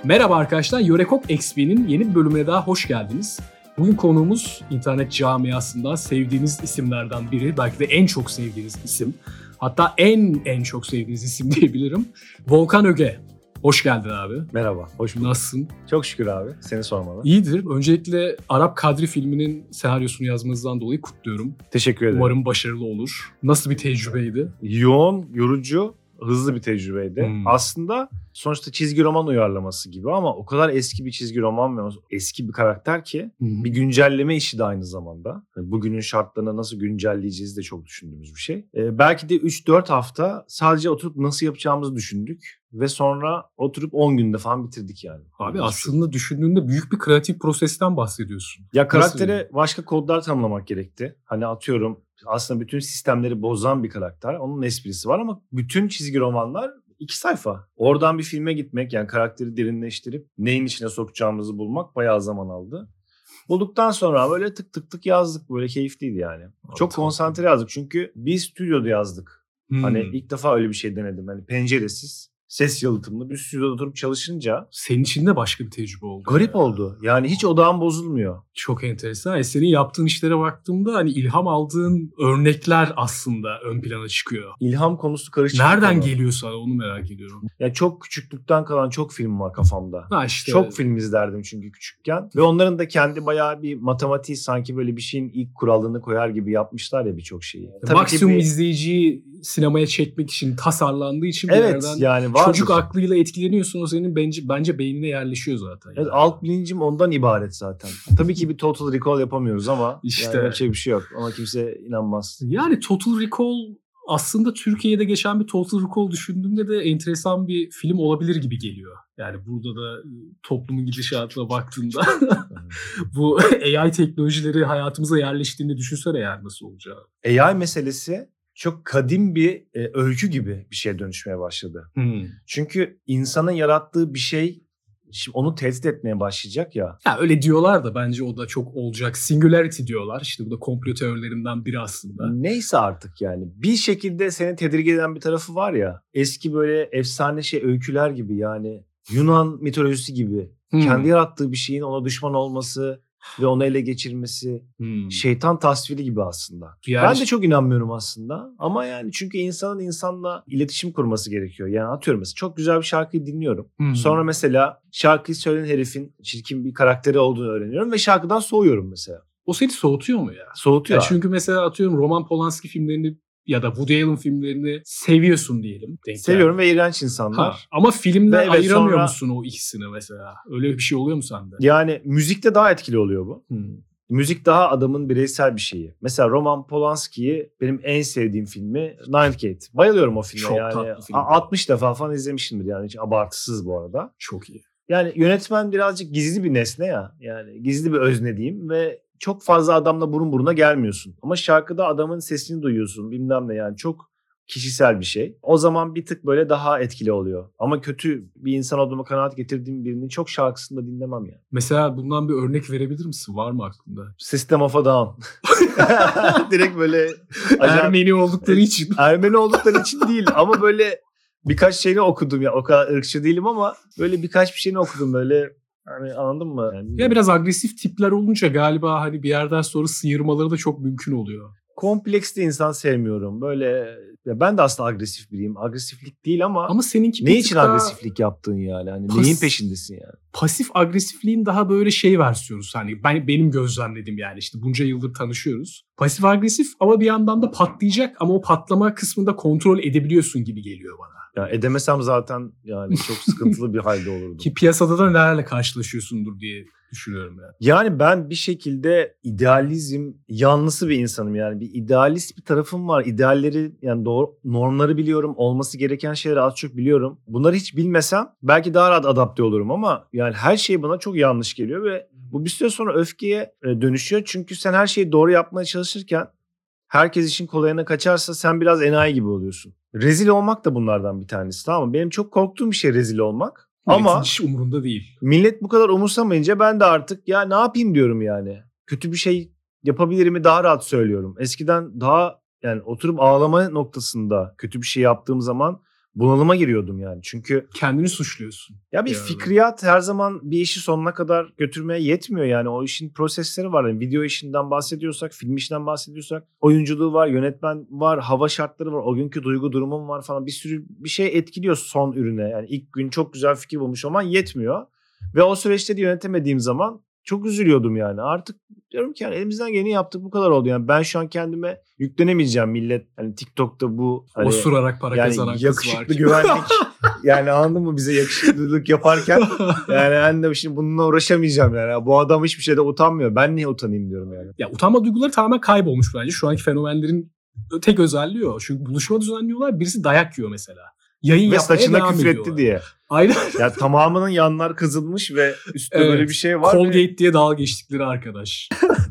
Merhaba arkadaşlar, Yorekok XP'nin yeni bir bölümüne daha hoş geldiniz. Bugün konuğumuz internet camiasında sevdiğiniz isimlerden biri, belki de en çok sevdiğiniz isim. Hatta en çok sevdiğiniz isim diyebilirim. Volkan Öge. Hoş geldin abi. Merhaba, hoş bulduk. Nasılsın? Çok şükür abi, seni sormalı. İyidir. Öncelikle Arap Kadri filminin senaryosunu yazmanızdan dolayı kutluyorum. Teşekkür ederim. Umarım başarılı olur. Nasıl bir tecrübeydi? Yoğun, yorucu, hızlı bir tecrübeydi. Hmm. Aslında sonuçta çizgi roman uyarlaması gibi ama o kadar eski bir çizgi roman ve eski bir karakter ki bir güncelleme işi de aynı zamanda. Bugünün şartlarına nasıl güncelleyeceğiz de çok düşündüğümüz bir şey. Belki de 3-4 hafta sadece oturup nasıl yapacağımızı düşündük ve sonra oturup 10 günde falan bitirdik yani. Abi aslında düşündüğünde büyük bir kreatif prosesten bahsediyorsun. Ya karaktere başka kodlar tanımlamak gerekti. Hani atıyorum aslında bütün sistemleri bozan bir karakter. Onun esprisi var ama bütün çizgi romanlar 2 sayfa. Oradan bir filme gitmek, yani karakteri derinleştirip neyin içine sokacağımızı bulmak bayağı zaman aldı. Bulduktan sonra böyle tık tık tık yazdık. Böyle keyifliydi yani. Çok konsantre yazdık çünkü bir stüdyoda yazdık. Hani ilk defa öyle bir şey denedim. Hani penceresiz, ses yalıtımlı bir stüdyoda oturup çalışınca. Senin için de başka bir tecrübe oldu. Garip oldu. Yani hiç odağım bozulmuyor. Çok enteresan. Senin yaptığın işlere baktığımda hani ilham aldığın örnekler aslında ön plana çıkıyor. İlham konusu karışık. Nereden geliyor sana, onu merak ediyorum. Ya çok küçüklükten kalan çok film var kafamda. İşte. Çok film izlerdim çünkü küçükken. Ve onların da kendi bayağı bir matematiği, sanki böyle bir şeyin ilk kuralını koyar gibi yapmışlar ya birçok şeyi. Maksimum izleyiciyi sinemaya çekmek için tasarlandığı için bir evet, yerden yani vardır. Çocuk aklıyla etkileniyorsun, o senin bence beynine yerleşiyor zaten. Evet, alt bilincim ondan ibaret zaten. Tabii ki bir Total Recall yapamıyoruz ama işte yani yapacak bir şey yok. Ama kimse inanmaz. Yani Total Recall aslında Türkiye'de geçen bir Total Recall düşündüğümde de enteresan bir film olabilir gibi geliyor. Yani burada da toplumun gidişatına baktığında bu AI teknolojileri hayatımıza yerleştiğinde düşünsene yani nasıl olacağı. AI meselesi çok kadim bir öykü gibi bir şeye dönüşmeye başladı. Çünkü insanın yarattığı bir şey şimdi onu tehdit etmeye başlayacak ya. Ya öyle diyorlar da bence o da çok olacak. Singularity diyorlar. İşte bu da komplo teorilerinden biri aslında. Neyse artık yani. Bir şekilde seni tedirgin eden bir tarafı var ya. Eski böyle efsane öyküler gibi, yani Yunan mitolojisi gibi. Kendi yarattığı bir şeyin ona düşman olması ve onu ele geçirmesi şeytan tasviri gibi aslında. Yani ben de çok inanmıyorum aslında ama yani çünkü insanın insanla iletişim kurması gerekiyor. Yani atıyorum mesela çok güzel bir şarkıyı dinliyorum. Sonra mesela şarkıyı söyleyen herifin çirkin bir karakteri olduğunu öğreniyorum ve şarkıdan soğuyorum mesela. O seni soğutuyor mu ya? Soğutuyor. Ya çünkü mesela atıyorum Roman Polanski filmlerini ya da Woody Allen filmlerini seviyorsun diyelim. Seviyorum ve iğrenç insanlar. Ama filmden ayıramıyor sonra musun o ikisini mesela? Öyle bir şey oluyor mu sende? Yani müzikte daha etkili oluyor bu. Müzik daha adamın bireysel bir şeyi. Mesela Roman Polanski'yi benim en sevdiğim filmi Ninth Gate. Bayılıyorum o filme. Çok yani tatlı film. 60 defa falan izlemişimdir yani, hiç abartısız bu arada. Çok iyi. Yani yönetmen birazcık gizli bir nesne ya. Yani gizli bir özne diyeyim ve çok fazla adamla burun buruna gelmiyorsun. Ama şarkıda adamın sesini duyuyorsun bilmem ne, yani çok kişisel bir şey. O zaman bir tık böyle daha etkili oluyor. Ama kötü bir insan olduğuma kanaat getirdiğim birinin çok şarkısını da dinlemem yani. Mesela bundan bir örnek verebilir misin? Var mı aklında? System of a Down. Direkt böyle Ermeni oldukları için. Ermeni oldukları için değil ama böyle birkaç şeyini okudum ya. O kadar ırkçı değilim ama böyle birkaç bir şeyini okudum böyle. Hani anladın mı? Yani ya biraz agresif tipler olunca galiba hani bir yerden sonra sıyırmaları da çok mümkün oluyor. Kompleksli insan sevmiyorum. Böyle ya ben de aslında agresif biriyim. Agresiflik değil ama seninki ne için agresiflik yaptın yani? Hani neyin peşindesin yani? Pasif agresifliğin daha böyle versiyonu. Hani benim gözlemlediğim, yani işte bunca yıldır tanışıyoruz. Pasif agresif ama bir yandan da patlayacak ama o patlama kısmında kontrol edebiliyorsun gibi geliyor bana. Ya edemesem zaten yani çok sıkıntılı bir halde olurdum. Ki piyasada da nelerle karşılaşıyorsundur diye düşünüyorum yani. Yani ben bir şekilde idealizm yanlısı bir insanım yani. Bir idealist bir tarafım var. İdealleri, yani doğru normları biliyorum. Olması gereken şeyleri az çok biliyorum. Bunları hiç bilmesem belki daha rahat adapte olurum ama yani her şey bana çok yanlış geliyor ve bu bir süre sonra öfkeye dönüşüyor. Çünkü sen her şeyi doğru yapmaya çalışırken herkes işin kolayına kaçarsa sen biraz enayi gibi oluyorsun. Rezil olmak da bunlardan bir tanesi, tamam mı? Benim çok korktuğum bir şey rezil olmak. Milletin ama hiç umurunda değil. Millet bu kadar umursamayınca ben de artık ya ne yapayım diyorum yani. Kötü bir şey yapabilirimi daha rahat söylüyorum. Eskiden daha yani oturup ağlama noktasında kötü bir şey yaptığım zaman bunalıma giriyordum yani. Çünkü kendini suçluyorsun. ya bir fikriyat her zaman bir işi sonuna kadar götürmeye yetmiyor yani. O işin prosesleri var. Yani video işinden bahsediyorsak, film işinden bahsediyorsak, oyunculuğu var, yönetmen var, hava şartları var, o günkü duygu durumum var falan. Bir sürü bir şey etkiliyor son ürüne. Yani ilk gün çok güzel fikir bulmuş olman yetmiyor. Ve o süreçte de yönetemediğim zaman çok üzülüyordum yani. Artık diyorum ki yani elimizden geleni yaptık, bu kadar oldu. Yani ben şu an kendime yüklenemeyeceğim millet. Hani TikTok'ta bu hani osurarak para yani kazanan kız var. yakışıklı güvenlik yani anladın mı, bize yakışıklılık yaparken yani ben de şimdi bununla uğraşamayacağım yani. Bu adam hiçbir şeyde utanmıyor. Ben niye utanayım diyorum yani. Ya utanma duyguları tamamen kaybolmuş bence. Şu anki fenomenlerin tek özelliği o. Çünkü buluşma düzenliyorlar. Birisi dayak yiyor mesela. Yayın ve yapmaya saçına devam küfür ediyorlar. etti diye. Aynen. Ya tamamının yanlar kızılmış ve üstte Evet. böyle bir şey var. Colgate diye dalga geçtikleri arkadaş.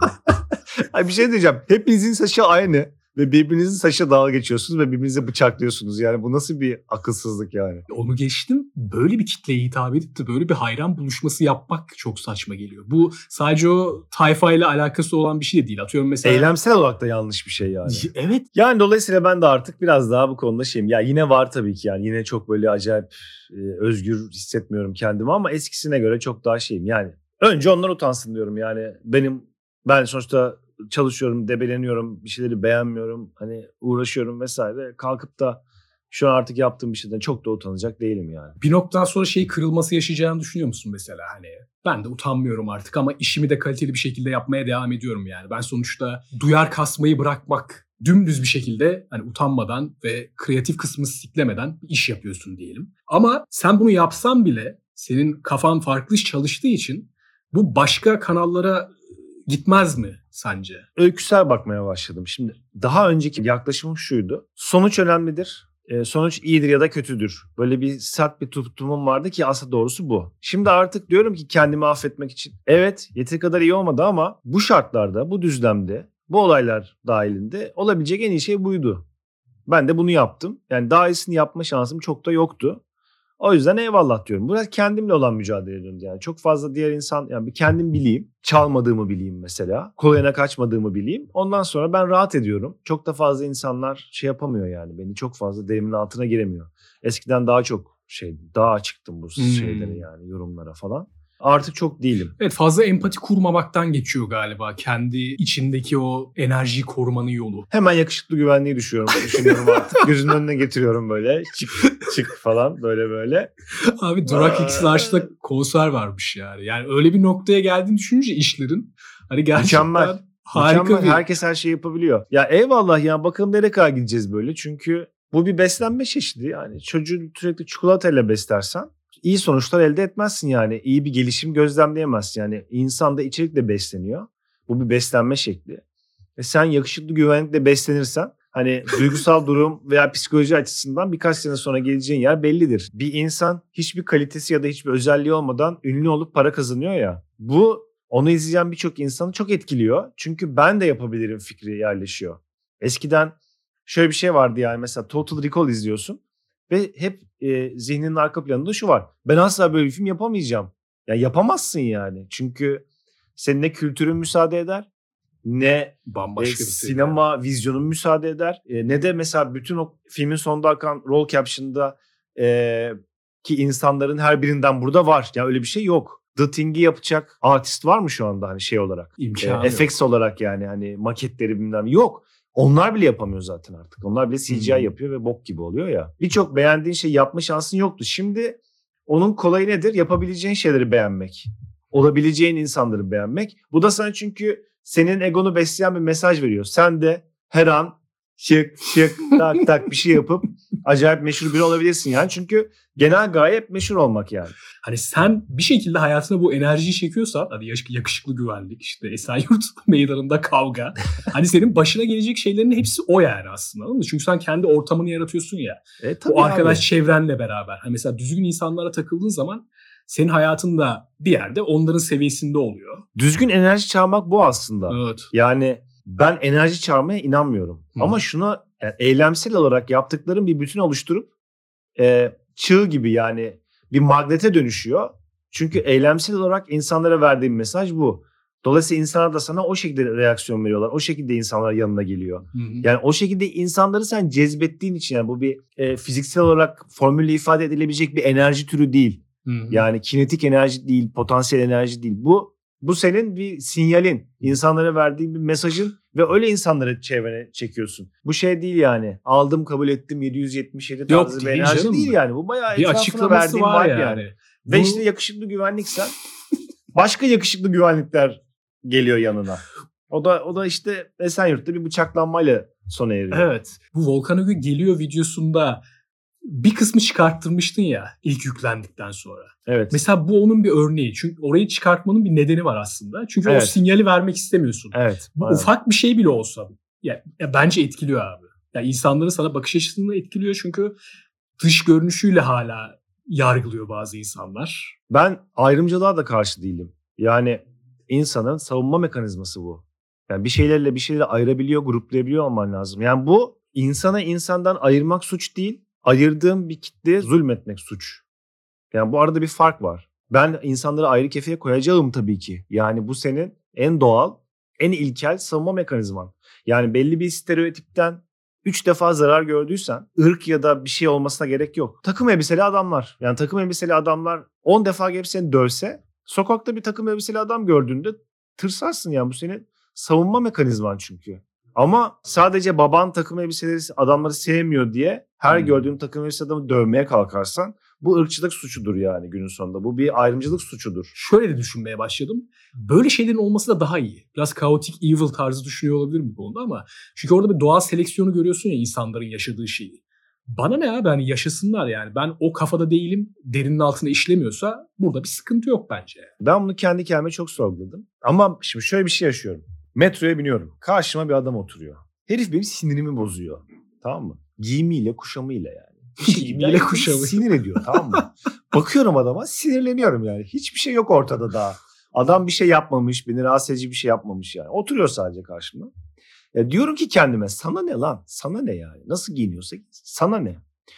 Ay bir şey diyeceğim. Hepinizin saçı aynı ve birbirinizin saçına dalga geçiyorsunuz ve birbirinizi bıçaklıyorsunuz. Yani bu nasıl bir akılsızlık yani? Onu geçtim. Böyle bir kitleye hitap edip de böyle bir hayran buluşması yapmak çok saçma geliyor. Bu sadece o tayfayla alakası olan bir şey de değil. Atıyorum mesela. Eylemsel olarak da yanlış bir şey yani. Evet. Yani dolayısıyla ben de artık biraz daha bu konuda şeyim. Ya yine var tabii ki yani. Yine çok böyle acayip özgür hissetmiyorum kendimi ama eskisine göre çok daha şeyim. Yani önce onlar utansın diyorum yani. Ben sonuçta çalışıyorum, debeleniyorum, bir şeyleri beğenmiyorum. Hani uğraşıyorum vesaire. Kalkıp da şu an artık yaptığım bir şeyden çok da utanacak değilim yani. Bir noktadan sonra kırılması yaşayacağını düşünüyor musun mesela? Hani ben de utanmıyorum artık ama işimi de kaliteli bir şekilde yapmaya devam ediyorum yani. Ben sonuçta duyar kasmayı bırakmak, dümdüz bir şekilde hani utanmadan ve kreatif kısmını siklemeden bir iş yapıyorsun diyelim. Ama sen bunu yapsan bile senin kafan farklı çalıştığı için bu başka kanallara gitmez mi sence? Öyküsel bakmaya başladım. Şimdi daha önceki yaklaşımım şuydu. Sonuç önemlidir. Sonuç iyidir ya da kötüdür. Böyle bir sert bir tutumum vardı ki aslında doğrusu bu. Şimdi artık diyorum ki kendimi affetmek için. Evet, yeteri kadar iyi olmadı ama bu şartlarda, bu düzlemde, bu olaylar dahilinde olabilecek en iyi şey buydu. Ben de bunu yaptım. Yani daha iyisini yapma şansım çok da yoktu. O yüzden eyvallah diyorum. Biraz kendimle olan mücadele ediyorum yani. Çok fazla diğer insan, yani bir kendim bileyim. Çalmadığımı bileyim mesela. Kolayına kaçmadığımı bileyim. Ondan sonra ben rahat ediyorum. Çok da fazla insanlar yapamıyor yani. Beni çok fazla derimin altına giremiyor. Eskiden daha çok daha açıktım bu şeylere yani, yorumlara falan. Artık çok değilim. Evet, fazla empati kurmamaktan geçiyor galiba. Kendi içindeki o enerjiyi korumanın yolu. Hemen yakışıklı güvenliği düşünüyorum artık. Gözünün önüne getiriyorum böyle. Çık falan böyle. Abi Durak X'in karşısında konser varmış yani. Yani öyle bir noktaya geldiğini düşününce işlerin. Hani gerçekten mükemmel. harika Mükemmel. bir... Herkes her şeyi yapabiliyor. Ya eyvallah ya, bakalım nereye kadar gideceğiz böyle. Çünkü bu bir beslenme çeşidi yani. Çocuğu sürekli çikolatayla beslersen iyi sonuçlar elde etmezsin yani. İyi bir gelişim gözlemleyemezsin yani. İnsan da içerikle besleniyor. Bu bir beslenme şekli. Sen yakışıklı güvenlikle beslenirsen hani duygusal durum veya psikoloji açısından birkaç sene sonra geleceğin yer bellidir. Bir insan hiçbir kalitesi ya da hiçbir özelliği olmadan ünlü olup para kazanıyor ya. Bu onu izleyen birçok insanı çok etkiliyor. Çünkü ben de yapabilirim fikri yerleşiyor. Eskiden şöyle bir şey vardı yani, mesela Total Recall izliyorsun ve hep zihninin arka planında şu var. Ben asla böyle bir film yapamayacağım. Ya yapamazsın yani. Çünkü senin ne kültürün müsaade eder, ne bambaşka sinema vizyonun müsaade eder, ne de mesela bütün o filmin sonunda akan roll caption'da ki insanların her birinden burada var. Ya öyle bir şey yok. The Thing'i yapacak artist var mı şu anda hani olarak? Effects olarak yani hani maketleri bilmem yok. Onlar bile yapamıyor zaten artık. Onlar bile CGI yapıyor ve bok gibi oluyor ya. Birçok beğendiğin şey yapma şansın yoktu. Şimdi onun kolayı nedir? Yapabileceğin şeyleri beğenmek. Olabileceğin insanları beğenmek. Bu da sana çünkü senin egonu besleyen bir mesaj veriyor. Sen de her an şık tak bir şey yapıp acayip meşhur biri olabilirsin yani. Çünkü genel gaye hep meşhur olmak yani. Hani sen bir şekilde hayatına bu enerjiyi çekiyorsan, hani yakışıklı güvenlik, işte Esenyurt meydanında kavga. Hani senin başına gelecek şeylerin hepsi o yani aslında. Anladın mı? Çünkü sen kendi ortamını yaratıyorsun ya. O arkadaş çevrenle beraber. Hani mesela düzgün insanlara takıldığın zaman senin hayatın da bir yerde onların seviyesinde oluyor. Düzgün enerji çağırmak bu aslında. Evet. Yani ben enerji çağırmaya inanmıyorum. Ama şuna yani eylemsel olarak yaptıkların bir bütün oluşturup çığ gibi yani bir magnete dönüşüyor. Çünkü eylemsel olarak insanlara verdiğim mesaj bu. Dolayısıyla insanlar da sana o şekilde reaksiyon veriyorlar. O şekilde insanlar yanına geliyor. Yani o şekilde insanları sen cezbettiğin için, yani bu bir fiziksel olarak formülle ifade edilebilecek bir enerji türü değil. Yani kinetik enerji değil, potansiyel enerji değil. Bu senin bir sinyalin, insanlara verdiğin bir mesajın ve öyle insanları çevrene çekiyorsun. Bu şey değil yani. Aldım, kabul ettim 777 tarzı bir enerji canım. değil yani. Bu bayağı bir etrafına verdiğin var vibe yani. Ve işte yakışıklı güvenliksen başka yakışıklı güvenlikler geliyor yanına. O da işte Esenyurt'ta bir bıçaklanmayla sona eriyor. Evet. Bu Volkan Ögün geliyor videosunda bir kısmı çıkarttırmıştın ya ilk yüklendikten sonra. Evet. Mesela bu onun bir örneği. Çünkü orayı çıkartmanın bir nedeni var aslında. Çünkü o sinyali vermek istemiyorsun. Evet. Bu ufak bir şey bile olsa ya bence etkiliyor abi. Ya insanların sana bakış açısını etkiliyor çünkü dış görünüşüyle hala yargılıyor bazı insanlar. Ben ayrımcılığa da karşı değilim. Yani insanın savunma mekanizması bu. Yani bir şeyleri ayırabiliyor, gruplayabiliyor olman lazım. Yani bu insana insandan ayırmak suç değil, ayırdığım bir kitleye zulmetmek suç. Yani bu arada bir fark var. Ben insanları ayrı kefeye koyacağım tabii ki. Yani bu senin en doğal, en ilkel savunma mekanizman. Yani belli bir stereotipten 3 defa zarar gördüysen ırk ya da bir şey olmasına gerek yok. Takım elbiseli adamlar. Yani takım elbiseli adamlar 10 defa gelip seni dövse, sokakta bir takım elbiseli adam gördüğünde tırsarsın yani. Bu senin savunma mekanizman çünkü. Ama sadece baban takım elbiseleri adamları sevmiyor diye her gördüğün takım elbiseli adamı dövmeye kalkarsan bu ırkçılık suçudur yani günün sonunda. Bu bir ayrımcılık suçudur. Şöyle de düşünmeye başladım. Böyle şeylerin olması da daha iyi. Biraz chaotic evil tarzı düşünüyor olabilirim bu konuda ama çünkü orada bir doğal seleksiyonu görüyorsun ya insanların yaşadığı şeyi. Bana ne abi, hani yaşasınlar yani. Ben o kafada değilim. Derinin altına işlemiyorsa burada bir sıkıntı yok bence. Ben bunu kendi kendime çok sorguladım. Ama şimdi şöyle bir şey yaşıyorum. Metroya biniyorum. Karşıma bir adam oturuyor. Herif benim sinirimi bozuyor. Tamam mı? Giyimiyle, kuşamıyla yani. Giyimiyle, kuşamıyla. Sinir ediyor, tamam mı? Bakıyorum adama, sinirleniyorum yani. Hiçbir şey yok ortada daha. Adam bir şey yapmamış, beni rahatsız edici bir şey yapmamış yani. Oturuyor sadece karşımda. Ya diyorum ki kendime, sana ne lan? Sana ne yani? Nasıl giyiniyorsa sana ne?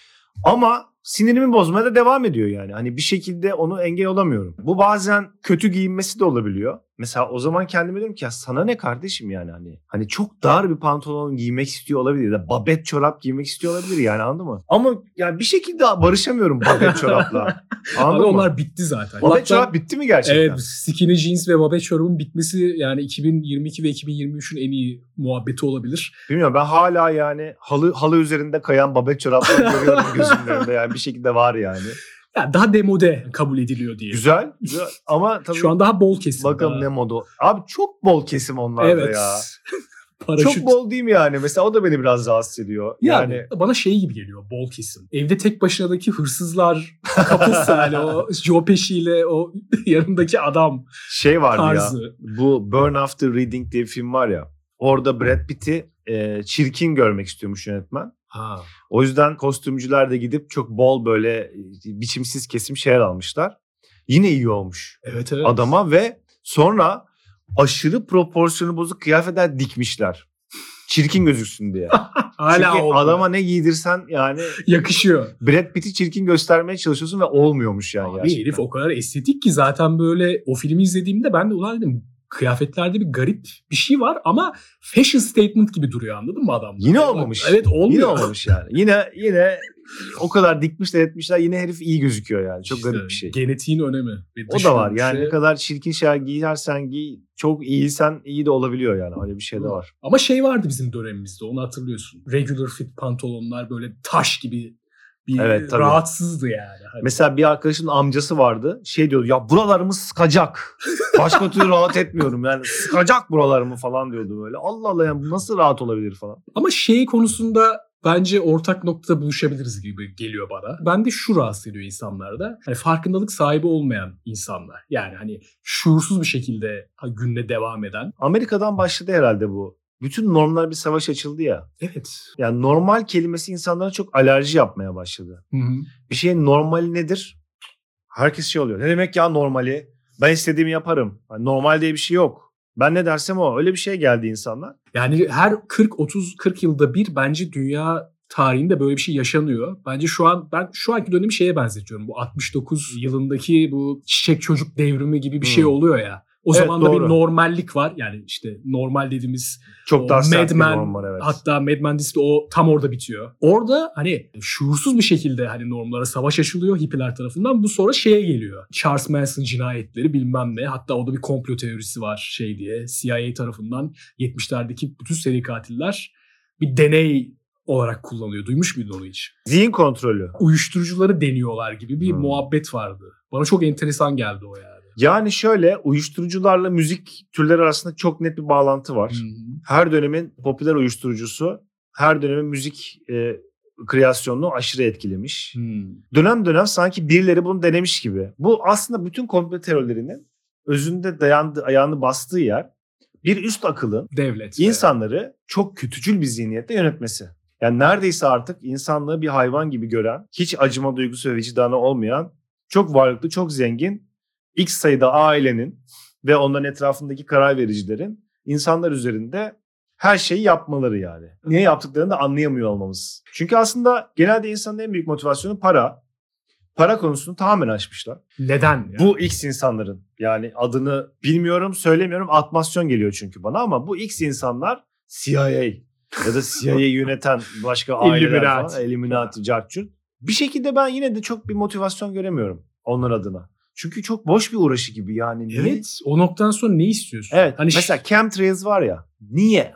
Ama sinirimi bozmaya da devam ediyor yani. Hani bir şekilde onu engel olamıyorum. Bu bazen kötü giyinmesi de olabiliyor. Mesela o zaman kendime diyorum ki ya sana ne kardeşim yani hani çok dar bir pantolon giymek istiyor olabilir ya da babet çorap giymek istiyor olabilir yani, anladın mı? Ama yani bir şekilde barışamıyorum babet çorapla. Anladın mı? Onlar bitti zaten. Babet çorap bitti mi gerçekten? Evet, skinny jeans ve babet çorabın bitmesi yani 2022 ve 2023'ün en iyi muhabbeti olabilir. Bilmiyorum, ben hala yani halı üzerinde kayan babet çorapları görüyorum gözümün önünde, yani bir şekilde var yani. Yani daha demode kabul ediliyor diye. Güzel ama tabii şu an daha bol kesim. Bakalım ne modu. Abi çok bol kesim onlarda evet. ya. Paraşüt. Çok bol değil mi yani? Mesela o da beni biraz rahatsız ediyor. Yani bana şey gibi geliyor, bol kesim. Evde tek başınadaki hırsızlar kapısı yani o Joe Pesci ile o yanındaki adam şey vardı tarzı. Ya. Bu Burn After Reading diye bir film var ya. Orada Brad Pitt'i çirkin görmek istiyormuş yönetmen. Ha. O yüzden kostümcüler de gidip çok bol böyle biçimsiz kesim şeyler almışlar. Yine iyi olmuş evet. adama ve sonra aşırı proporsiyonu bozuk kıyafetler dikmişler. Çirkin gözüksün diye. Hala çünkü olmuyor. Adama ne giydirsen yani yakışıyor. Brad Pitt'i çirkin göstermeye çalışıyorsun ve olmuyormuş yani. Abi gerçekten. herif o kadar estetik ki zaten böyle o filmi izlediğimde ben de ulan dedim kıyafetlerde bir garip bir şey var ama fashion statement gibi duruyor, anladın mı adam? Yine olmamış. Evet, olmuyor. Yine olmamış yani. Yine o kadar dikmişler etmişler, yine herif iyi gözüküyor yani. Çok işte, garip bir şey. Genetiğin önemi. O da var yani, ne kadar çirkin şeyler giyersen giy, çok iyiysen iyi de olabiliyor yani, öyle bir şey de var. Ama şey vardı bizim dönemimizde, onu hatırlıyorsun. Regular fit pantolonlar böyle taş gibi bir evet, rahatsızdı yani. Hani. Mesela bir arkadaşımın amcası vardı. Şey diyordu ya, buralarımı sıkacak. Başka türlü rahat etmiyorum yani, sıkacak buralarımı falan diyordu böyle. Allah Allah, yani bu nasıl rahat olabilir falan. Ama şey konusunda bence ortak noktada buluşabiliriz gibi geliyor bana. Ben de şu rahatsız ediyor insanlarda. Hani farkındalık sahibi olmayan insanlar. Yani hani şuursuz bir şekilde gününe devam eden. Amerika'dan başladı herhalde bu. Bütün normlar bir savaş açıldı ya. Evet. Yani normal kelimesi insanlara çok alerji yapmaya başladı. Hı. Bir şeyin normali nedir? Herkes şey oluyor. Ne demek ya normali? Ben istediğimi yaparım. Yani normal diye bir şey yok. Ben ne dersem o. Öyle bir şey geldi insanlar. Yani her 40 yılda bir bence dünya tarihinde böyle bir şey yaşanıyor. Bence ben şu anki dönemi şeye benzetiyorum. Bu 69 yılındaki bu çiçek çocuk devrimi gibi bir şey oluyor ya. O Evet, zaman da doğru. bir normallik var. Yani işte normal dediğimiz Çok daha sert bir Mad Men, norm var, evet. hatta Mad Men dizisi de o tam orada bitiyor. Orada hani şuursuz bir şekilde hani normlara savaş açılıyor hippiler tarafından. Bu sonra şeye geliyor. Charles Manson cinayetleri bilmem ne. Hatta orada bir komplo teorisi var şey diye. CIA tarafından 70'lerdeki bütün seri katiller bir deney olarak kullanıyor. Duymuş muydun onu hiç? Zihin kontrolü. Uyuşturucuları deniyorlar gibi bir muhabbet vardı. Bana çok enteresan geldi o yani. Yani şöyle, uyuşturucularla müzik türleri arasında çok net bir bağlantı var. Her dönemin popüler uyuşturucusu her dönemin müzik kreasyonunu aşırı etkilemiş. Dönem dönem sanki birileri bunu denemiş gibi. Bu aslında bütün komplo teorilerinin özünde ayağını bastığı yer bir üst akılın devlet insanları çok kötücül bir zihniyette yönetmesi. Yani neredeyse artık insanlığı bir hayvan gibi gören, hiç acıma duygusu ve vicdanı olmayan, çok varlıklı, çok zengin X sayıda ailenin ve onların etrafındaki karar vericilerin insanlar üzerinde her şeyi yapmaları yani. Niye yaptıklarını da anlayamıyor olmamız. Çünkü aslında genelde insanın en büyük motivasyonu para. Para konusunu tamamen aşmışlar. Neden? Yani? Bu X insanların, yani adını bilmiyorum, söylemiyorum, atmasyon geliyor çünkü bana, ama bu X insanlar CIA ya da CIA'yı yöneten başka aileler falan, Illuminati, Cartçurt. Bir şekilde ben yine de çok bir motivasyon göremiyorum onlar adına. Çünkü çok boş bir uğraşı gibi yani. Niye? Evet, o noktadan sonra ne istiyorsun? Evet, hani mesela chemtrails var ya, niye?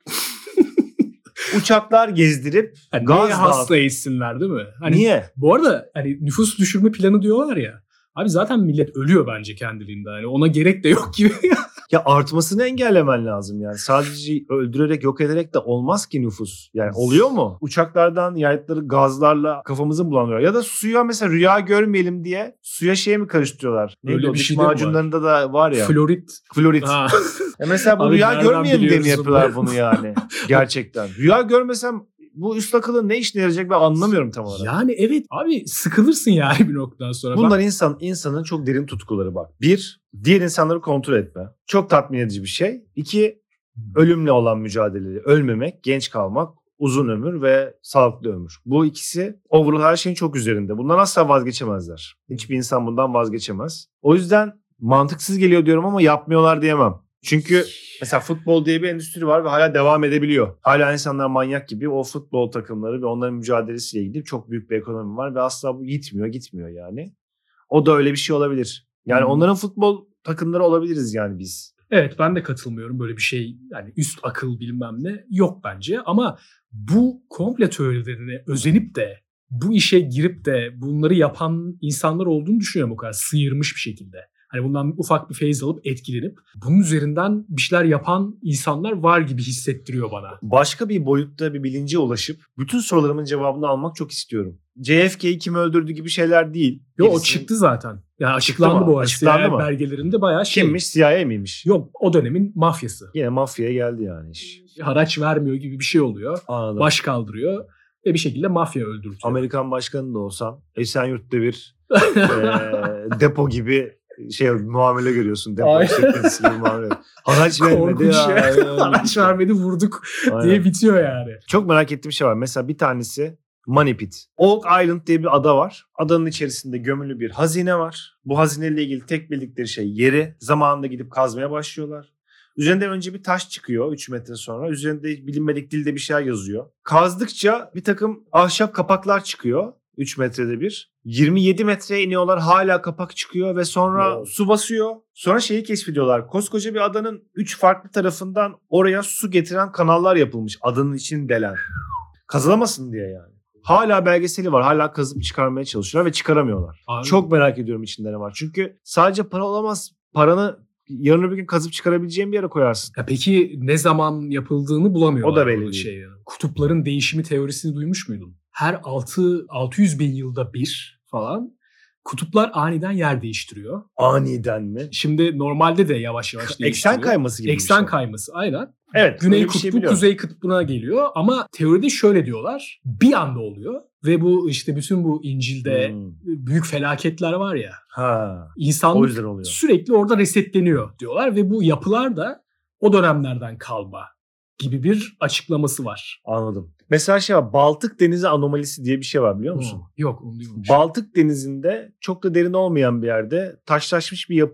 Uçaklar gezdirip yani gaz niye hasta etsinler değil mi? Hani, niye? Bu arada hani nüfus düşürme planı diyorlar ya. Abi zaten millet ölüyor bence kendiliğinden. Yani ona gerek de yok gibi. Ya artmasını engellemen lazım yani. Sadece öldürerek, yok ederek de olmaz ki nüfus. Yani oluyor mu? Uçaklardan yaydıkları gazlarla kafamızı bulandırıyor. Ya da suya mesela rüya görmeyelim diye suya şey mi karıştırıyorlar? Öyle bir diş şey de mi var? macunlarında da var ya. Florit. Mesela bu Abi rüya nereden görmeyelim diye mi biliyoruz yapıyorlar bunu? bunu yani? Gerçekten. Rüya görmesem bu üst akılın ne işine yarayacak ben anlamıyorum tam olarak. Yani evet abi, sıkılırsın yani bir noktadan sonra. Bunlar insanın çok derin tutkuları bak. Bir, diğer insanları kontrol etme. Çok tatmin edici bir şey. İki, ölümle olan mücadele. Ölmemek, genç kalmak, uzun ömür ve sağlıklı ömür. Bu ikisi overall her şeyin çok üzerinde. Bundan asla vazgeçemezler. Hiçbir insan bundan vazgeçemez. O yüzden mantıksız geliyor diyorum ama yapmıyorlar diyemem. Çünkü mesela futbol diye bir endüstri var ve hala devam edebiliyor. Hala insanlar manyak gibi o futbol takımları ve onların mücadelesiyle gidip çok büyük bir ekonomi var ve asla bu gitmiyor yani. O da öyle bir şey olabilir. Yani onların futbol takımları olabiliriz yani biz. Evet, ben de katılmıyorum, böyle bir şey yani üst akıl bilmem ne yok bence, ama bu komple teorilerine özenip de bu işe girip de bunları yapan insanlar olduğunu düşünüyorum, o kadar sıyırmış bir şekilde. Hani bundan ufak bir feyz alıp etkilenip bunun üzerinden bir şeyler yapan insanlar var gibi hissettiriyor bana. Başka bir boyutta bir bilince ulaşıp bütün sorularımın cevabını almak çok istiyorum. JFK'yi kim öldürdü gibi şeyler değil. Yok, o çıktı zaten. Yani açıklandı bu arada. Açıklandı mı? Belgelerinde bayağı şey. Kimmiş? CIA miymiş? Yok, o dönemin mafyası. Yine mafyaya geldi yani iş. Haraç vermiyor gibi bir şey oluyor. Anladım. Baş kaldırıyor ve bir şekilde mafya öldürtüyor. Amerikan başkanı da olsan Esenyurt'ta bir depo gibi muamele görüyorsun. Depo işletmesi gibi muamele. Haraç vermedi ya. Haraç vermedi, vurduk diye bitiyor yani. Çok merak ettiğim bir şey var. Mesela bir tanesi Money Pit. Oak Island diye bir ada var. Adanın içerisinde gömülü bir hazine var. Bu hazineyle ilgili tek bildikleri şey yeri. Zamanında gidip kazmaya başlıyorlar. Üzerinde önce bir taş çıkıyor 3 metre sonra. Üzerinde bilinmedik dilde bir şey yazıyor. Kazdıkça bir takım ahşap kapaklar çıkıyor. 3 metrede bir. 27 metreye iniyorlar, hala kapak çıkıyor ve sonra su basıyor. Sonra şeyi keşfediyorlar. Koskoca bir adanın 3 farklı tarafından oraya su getiren kanallar yapılmış. Adanın içini delen. Kazılamasın diye yani. Hala belgeseli var. Hala kazıp çıkarmaya çalışıyorlar ve çıkaramıyorlar. Abi. Çok merak ediyorum içinde ne var. Çünkü sadece para olamaz. Paranı yarın öbür gün kazıp çıkarabileceğin bir yere koyarsın. Ya peki ne zaman yapıldığını bulamıyorlar. O da belli değil. Kutupların değişimi teorisini duymuş muydun? Her 600 bin yılda bir falan kutuplar aniden yer değiştiriyor. Aniden mi? Şimdi normalde de yavaş yavaş değiştiriyor. Eksen kayması gibi. Eksen kayması, aynen. Evet. Güney kutbu kuzey kutbuna geliyor ama teoride şöyle diyorlar. Bir anda oluyor ve bu işte bütün bu İncil'de büyük felaketler var ya. İnsanlık sürekli orada resetleniyor diyorlar ve bu yapılar da o dönemlerden kalma gibi bir açıklaması var. Anladım. Mesela var, Baltık Denizi anomalisi diye bir şey var, biliyor musun? Yok, onu duymamışım. Baltık Denizi'nde çok da derin olmayan bir yerde taşlaşmış bir yapı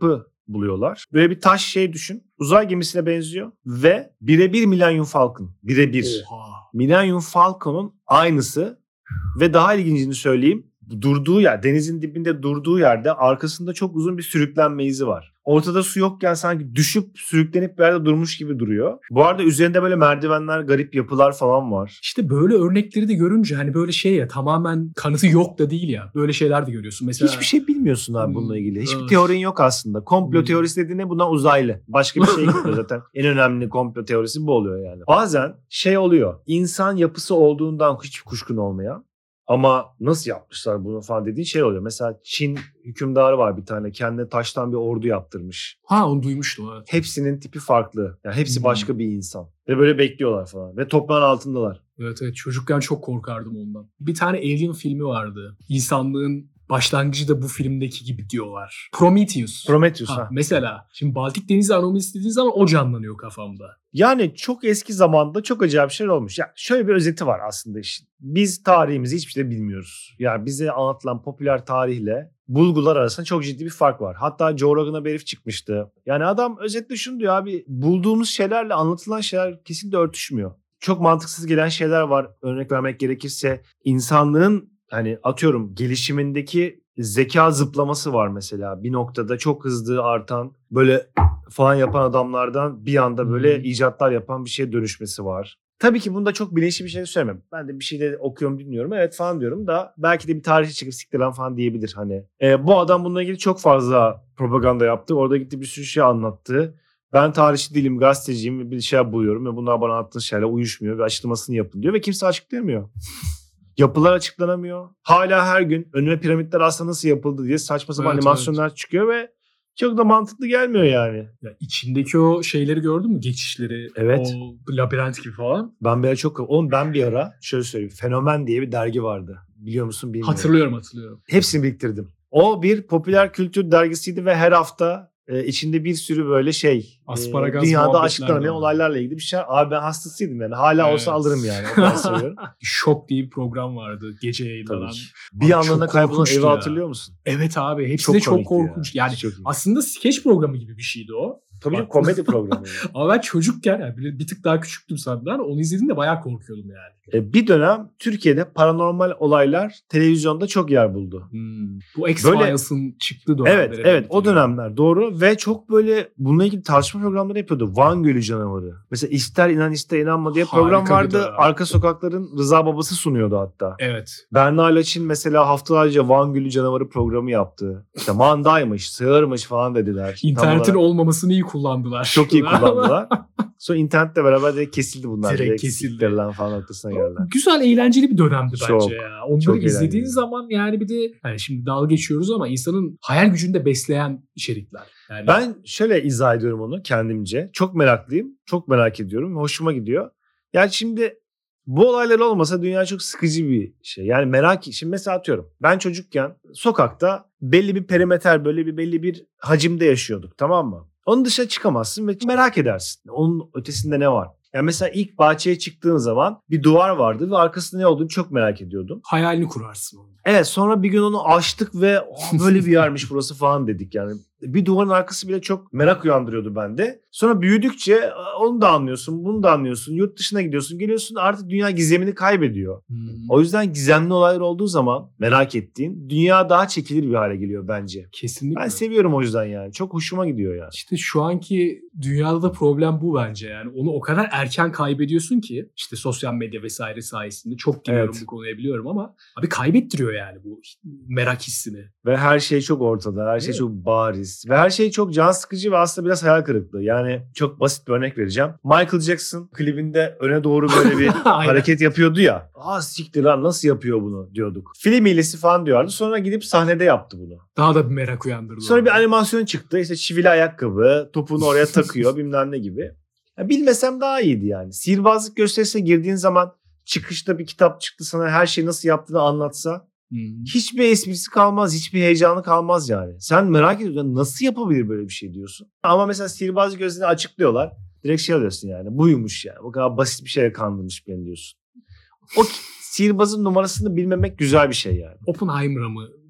buluyorlar. Böyle bir taş şey düşün. Uzay gemisine benziyor ve birebir Millennium Falcon. Birebir. Millennium Falcon'un aynısı ve daha ilgincini söyleyeyim. Durduğu yer, denizin dibinde durduğu yerde arkasında çok uzun bir sürüklenme izi var. Ortada su yokken sanki düşüp sürüklenip bir yerde durmuş gibi duruyor. Bu arada üzerinde böyle merdivenler, garip yapılar falan var. İşte böyle örnekleri de görünce hani böyle şey ya, tamamen kanıtı yok da değil ya. Böyle şeyler de görüyorsun. Mesela Hiçbir şey bilmiyorsun abi bununla ilgili. Hiçbir teorin yok aslında. Komplo teorisi dediğine buna uzaylı. Başka bir şey gitmiyor zaten. En önemli komplo teorisi bu oluyor yani. Bazen şey oluyor. İnsan yapısı olduğundan hiç kuşkun olmayan ama nasıl yapmışlar bunu falan dediğin şey oluyor. Mesela Çin hükümdarı var bir tane. Kendine taştan bir ordu yaptırmış. Onu duymuştum. Evet. Hepsinin tipi farklı. Yani hepsi başka bir insan. Ve böyle bekliyorlar falan. Ve toprağın altındalar. Evet, çocukken çok korkardım ondan. Bir tane Alien filmi vardı. İnsanlığın başlangıcı da bu filmdeki gibi diyorlar. Prometheus. Mesela şimdi Baltik Denizi anomalisi dediğin zaman o canlanıyor kafamda. Yani çok eski zamanda çok acayip şeyler olmuş. Ya şöyle bir özeti var aslında işin. Biz tarihimizi hiçbir şey bilmiyoruz. Yani bize anlatılan popüler tarihle bulgular arasında çok ciddi bir fark var. Hatta Joe Rogan'a bir herif çıkmıştı. Yani adam özetle şunu diyor abi, bulduğumuz şeylerle anlatılan şeyler kesinlikle örtüşmüyor. Çok mantıksız gelen şeyler var. Örnek vermek gerekirse insanlığın hani atıyorum gelişimindeki zeka zıplaması var mesela. Bir noktada çok hızlı artan böyle falan yapan adamlardan bir anda böyle icatlar yapan bir şeye dönüşmesi var. Tabii ki bunda çok bilinçli bir şey söylemem. Ben de bir şey de okuyorum, dinliyorum. Evet falan diyorum da belki de bir tarihçi çıkıp siktir lan falan diyebilir hani. Bu adam bununla ilgili çok fazla propaganda yaptı. Orada gitti bir sürü şey anlattı. Ben tarihçi değilim, gazeteciyim ve bir şey buluyorum ve bunlar bana anlattığın şeyler uyuşmuyor ve açıklamasını yapın diyor ve kimse açıklayamıyor. Yapılar açıklanamıyor. Hala her gün önüme piramitler aslında nasıl yapıldı diye saçma sapan animasyonlar çıkıyor ve çok da mantıklı gelmiyor yani. Ya içindeki o şeyleri gördün mü? Geçişleri. Evet. O labirent gibi falan. Ben bir ara şöyle söyleyeyim. Fenomen diye bir dergi vardı. Biliyor musun bilmiyorum. Hatırlıyorum. Hepsini biriktirdim. O bir popüler kültür dergisiydi ve her hafta içinde bir sürü böyle şey. Dünyada açıklanan olaylarla ilgili bir şey. Abi ben hastasıydım yani. Hala olsa alırım yani. O kadar seviyorum. Şok diye bir program vardı. Gece yayınlanan. Bir anlığına kaybolan evi hatırlıyor musun? Evet abi. Hepsi de çok korkunç. Yani aslında skeç programı gibi bir şeydi o. Tabii ki komedi programı. Ama ben çocukken yani bir tık daha küçüktüm senden. Onu izlediğimde bayağı korkuyordum yani. Bir dönem Türkiye'de paranormal olaylar televizyonda çok yer buldu. Bu X-Files'ın çıktığı dönemler. Evet o dönemler doğru ve çok böyle bununla ilgili tartışma programları yapıyordu. Van Gölü canavarı. Mesela ister inan ister inanma diye program vardı. Arka Sokaklar'ın Rıza Babası sunuyordu hatta. Evet. Berna Laçin mesela haftalarca Van Gölü canavarı programı yaptı. İşte mandaymış, sığırmış falan dediler. İnternetin olmamasını iyi kullandılar. Çok iyi kullandılar. Sonra internetle beraber de kesildi bunlar. Direkt kesildi. Falan noktasına geldiler. Güzel, eğlenceli bir dönemdi bence ya. Onları çok izlediğin eğlenceli. zaman yani bir de yani şimdi dalga geçiyoruz ama insanın hayal gücünü de besleyen içerikler. Yani... Ben şöyle izah ediyorum onu kendimce. Çok meraklıyım. Çok merak ediyorum. Hoşuma gidiyor. Yani şimdi bu olaylar olmasa dünya çok sıkıcı bir şey. Yani şimdi mesela atıyorum. Ben çocukken sokakta belli bir perimeter böyle belli bir hacimde yaşıyorduk, tamam mı? Onun dışına çıkamazsın ve merak edersin. Onun ötesinde ne var? Yani mesela ilk bahçeye çıktığın zaman bir duvar vardı ve arkasında ne olduğunu çok merak ediyordum. Hayalini kurarsın onu. Evet, sonra bir gün onu açtık ve böyle bir yermiş burası falan dedik yani. Bir duvarın arkası bile çok merak uyandırıyordu bende. Sonra büyüdükçe onu da anlıyorsun, bunu da anlıyorsun. Yurt dışına gidiyorsun, geliyorsun, artık dünya gizemini kaybediyor. O yüzden gizemli olaylar olduğu zaman merak ettiğin dünya daha çekilir bir hale geliyor bence. Kesinlikle. Ben seviyorum o yüzden yani. Çok hoşuma gidiyor yani. İşte şu anki dünyada da problem bu bence yani. Onu o kadar erken kaybediyorsun ki işte sosyal medya vesaire sayesinde çok giriyorum bu konuya biliyorum ama abi kaybettiriyor yani bu merak hissini. Ve her şey çok ortada, her şey çok bariz. Ve her şey çok can sıkıcı ve aslında biraz hayal kırıklığı. Yani çok basit bir örnek vereceğim. Michael Jackson klibinde öne doğru böyle bir hareket yapıyordu ya. Siktir lan nasıl yapıyor bunu diyorduk. Film hilesi falan diyordu. Sonra gidip sahnede yaptı bunu. Daha da bir merak uyandırdı. Sonra bir animasyon çıktı. İşte çivili ayakkabı, topunu oraya takıyor bilmem ne gibi. Ya bilmesem daha iyiydi yani. Sihirbazlık gösterisine girdiğin zaman çıkışta bir kitap çıktı sana her şeyi nasıl yaptığını anlatsa. Hiçbir esprisi kalmaz, hiçbir heyecanı kalmaz yani. Sen merak ediyorsun nasıl yapabilir böyle bir şey diyorsun. Ama mesela sihirbazlık gözlerini açıklıyorlar. Direkt şey alıyorsun yani. Buymuş yani. Bu kadar basit bir şeye kandırmış beni diyorsun. O sihirbazın numarasını bilmemek güzel bir şey yani. Oppenheimer'a mı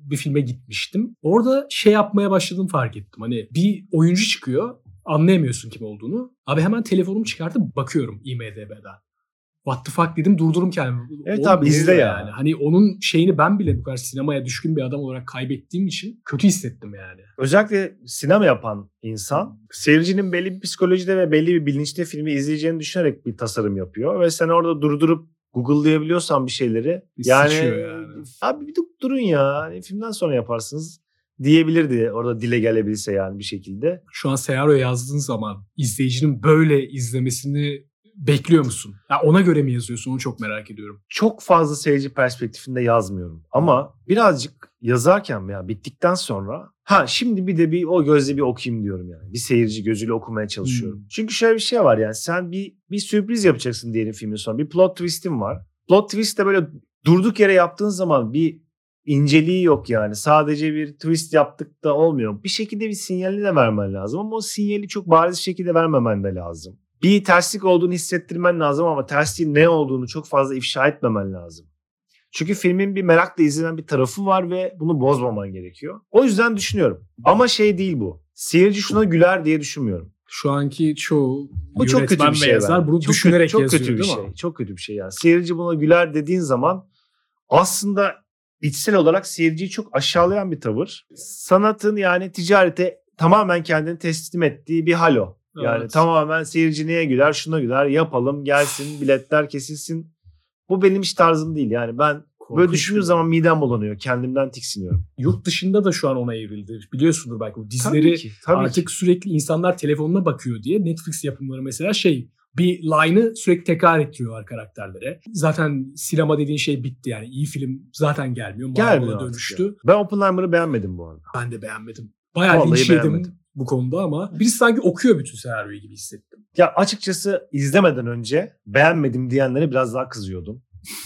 bir filme gitmiştim. Orada şey yapmaya başladım fark ettim. Hani bir oyuncu çıkıyor. Anlayamıyorsun kim olduğunu. Abi hemen telefonumu çıkartıp bakıyorum IMDb'den. What the fuck dedim, durdurum kendimi. Evet abi, izle ya. Yani. Hani onun şeyini ben bile bu kadar sinemaya düşkün bir adam olarak kaybettiğim için kötü hissettim yani. Özellikle sinema yapan insan seyircinin belli bir psikolojide ve belli bir bilinçte filmi izleyeceğini düşünerek bir tasarım yapıyor. Ve sen orada durdurup Google'layabiliyorsan bir şeyleri. Yani abi bir durun ya. Hani filmden sonra yaparsınız diyebilirdi orada dile gelebilse yani bir şekilde. Şu an senaryo yazdığın zaman izleyicinin böyle izlemesini bekliyor musun? Ya ona göre mi yazıyorsun? Onu çok merak ediyorum. Çok fazla seyirci perspektifinde yazmıyorum. Ama birazcık yazarken veya bittikten sonra şimdi bir de o gözle bir okuyayım diyorum yani. Bir seyirci gözüyle okumaya çalışıyorum. Çünkü şöyle bir şey var yani sen bir sürpriz yapacaksın diyelim filmin sonunda. Bir plot twist'in var. Plot twist de böyle durduk yere yaptığın zaman bir inceliği yok yani. Sadece bir twist yaptık da olmuyor. Bir şekilde bir sinyalini de vermen lazım ama o sinyali çok bariz şekilde vermemen de lazım. Bir terslik olduğunu hissettirmen lazım ama tersliğin ne olduğunu çok fazla ifşa etmemen lazım. Çünkü filmin bir merakla izlenen bir tarafı var ve bunu bozmaman gerekiyor. O yüzden düşünüyorum. Ama şey değil bu. Seyirci şuna güler diye düşünmüyorum. Şu anki çoğu bu çok kötü bir şey yazar bunu düşünerek çok yazıyor, kötü bir değil şey. mi? Çok kötü bir şey yani. Seyirci buna güler dediğin zaman aslında içsel olarak seyirciyi çok aşağılayan bir tavır. Sanatın yani ticarete tamamen kendini teslim ettiği bir halo. Yani tamamen seyirci neye güler, şuna güler, yapalım, gelsin, biletler kesilsin. Bu benim hiç tarzım değil. Yani ben böyle düşündüğüm zaman midem bulanıyor. Kendimden tiksiniyorum. Yurt dışında da şu an ona evrildi. Biliyorsundur belki bu dizileri tabii artık sürekli insanlar telefonuna bakıyor diye. Netflix yapımları mesela bir line'ı sürekli tekrar ettiriyorlar karakterlere. Zaten sinema dediğin şey bitti yani. İyi film zaten gelmiyor. Marvel'a dönüştü. Ya. Ben Oppenheimer'ı beğenmedim bu arada. Ben de beğenmedim. Bayağı linç yedim bu konuda ama birisi sanki okuyor bütün senaryoyu gibi hissettim. Ya açıkçası izlemeden önce beğenmedim diyenlere biraz daha kızıyordum.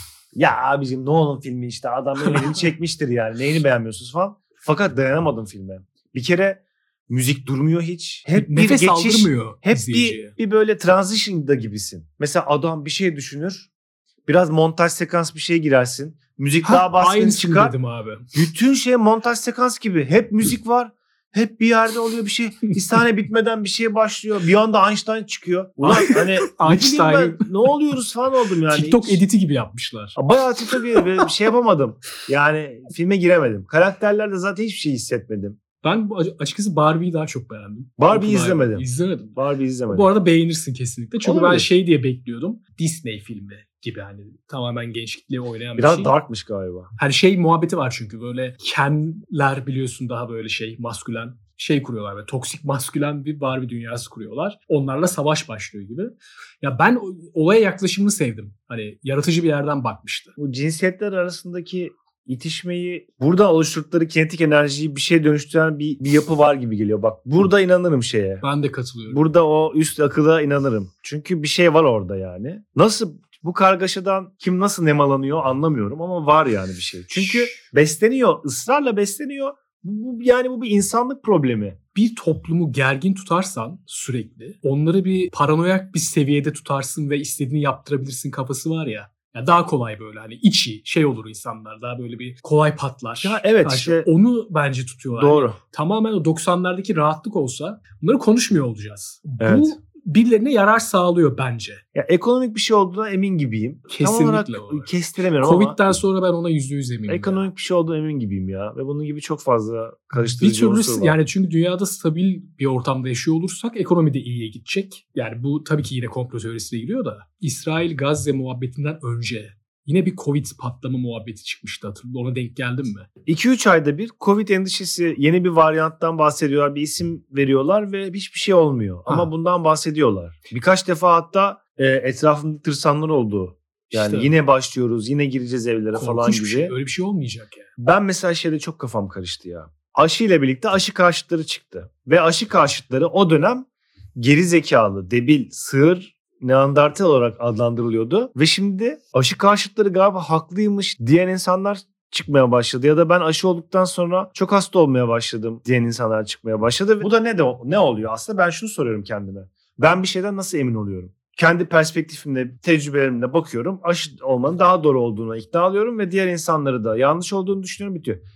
Ya abicim Nolan filmi işte adam elini çekmiştir yani neyini beğenmiyorsunuz falan. Fakat dayanamadım filme. Bir kere müzik durmuyor hiç. Hep nefes bir geçiş, aldırmıyor hep izleyiciye. bir böyle transition'da gibisin. Mesela adam bir şey düşünür. Biraz montaj sekans bir şey girersin. Müzik daha baskın çıkar. Dedim abi. Bütün şey montaj sekans gibi. Hep müzik var. Hep bir yerde oluyor bir şey. Bir sahne bitmeden bir şey başlıyor. Bir anda Einstein çıkıyor. Ulan hani Einstein. ne oluyoruz falan oldum yani. TikTok editi gibi yapmışlar. Bayağı TikTok editi. Bir şey yapamadım. Yani filme giremedim. Karakterlerde zaten hiçbir şey hissetmedim. Ben açıkçası Barbie'yi daha çok beğendim. Barbie'yi izlemedim. İzlemedim. Barbie'yi izlemedim. Bu arada beğenirsin kesinlikle. Çünkü olabilir. Ben şey diye bekliyordum. Disney filmi gibi hani tamamen gençlikle oynayan biraz bir şey. Biraz darkmış galiba. Her şey muhabbeti var çünkü böyle Ken'ler biliyorsun daha böyle maskülen kuruyorlar ve toksik maskülen bir Barbie dünyası kuruyorlar. Onlarla savaş başlıyor gibi. Ya ben olaya yaklaşımını sevdim. Hani yaratıcı bir yerden bakmıştı. Bu cinsiyetler arasındaki itişmeyi, burada oluşturdukları kinetik enerjiyi bir şeye dönüştüren bir yapı var gibi geliyor. Bak burada inanırım şeye. Ben de katılıyorum. Burada o üst akıla inanırım. Çünkü bir şey var orada yani. Nasıl bu kargaşadan kim nasıl nemalanıyor anlamıyorum ama var yani bir şey. Çünkü besleniyor, ısrarla besleniyor. Bu bir insanlık problemi. Bir toplumu gergin tutarsan sürekli, onları bir paranoyak bir seviyede tutarsın ve istediğini yaptırabilirsin kafası var ya. Ya daha kolay böyle hani içi olur insanlar daha böyle bir kolay patlar. Ya evet işte onu bence tutuyorlar. Doğru. Yani tamamen o 90'lardaki rahatlık olsa bunları konuşmuyor olacağız. Evet. Bu birilerine yarar sağlıyor bence. Ya ekonomik bir şey olduğuna emin gibiyim. Kesinlikle. Tam olarak kestiremiyorum ama. Covid'den sonra ben ona %100 eminim. Ekonomik bir şey olduğuna emin gibiyim ya. Ve bunun gibi çok fazla karıştırıcı unsur var. Yani çünkü dünyada stabil bir ortamda yaşıyor olursak ekonomi de iyiye gidecek. Yani bu tabii ki yine komplo teorisine giriyor da. İsrail-Gazze muhabbetinden önce yine bir Covid patlama muhabbeti çıkmıştı hatırladın. Ona denk geldin mi? 2-3 ayda bir Covid endişesi yeni bir varyanttan bahsediyorlar. Bir isim veriyorlar ve hiçbir şey olmuyor. Ama bundan bahsediyorlar. Birkaç defa hatta etrafında tırsanlar oldu. Yani işte, yine başlıyoruz, yine gireceğiz evlere falan gibi. Şey, öyle bir şey olmayacak yani. Ben mesela şeyde çok kafam karıştı ya. Aşı ile birlikte aşı karşıtları çıktı. Ve aşı karşıtları o dönem geri zekalı, debil, sığır, Neandertal olarak adlandırılıyordu. Ve şimdi aşı karşıtları galiba haklıymış diyen insanlar çıkmaya başladı. Ya da ben aşı olduktan sonra çok hasta olmaya başladım diyen insanlar çıkmaya başladı. Bu da ne oluyor? Aslında ben şunu soruyorum kendime. Ben bir şeyden nasıl emin oluyorum? Kendi perspektifimle, tecrübelerimle bakıyorum. Aşı olmanın daha doğru olduğuna ikna oluyorum ve diğer insanları da yanlış olduğunu düşünüyorum, bitiyor.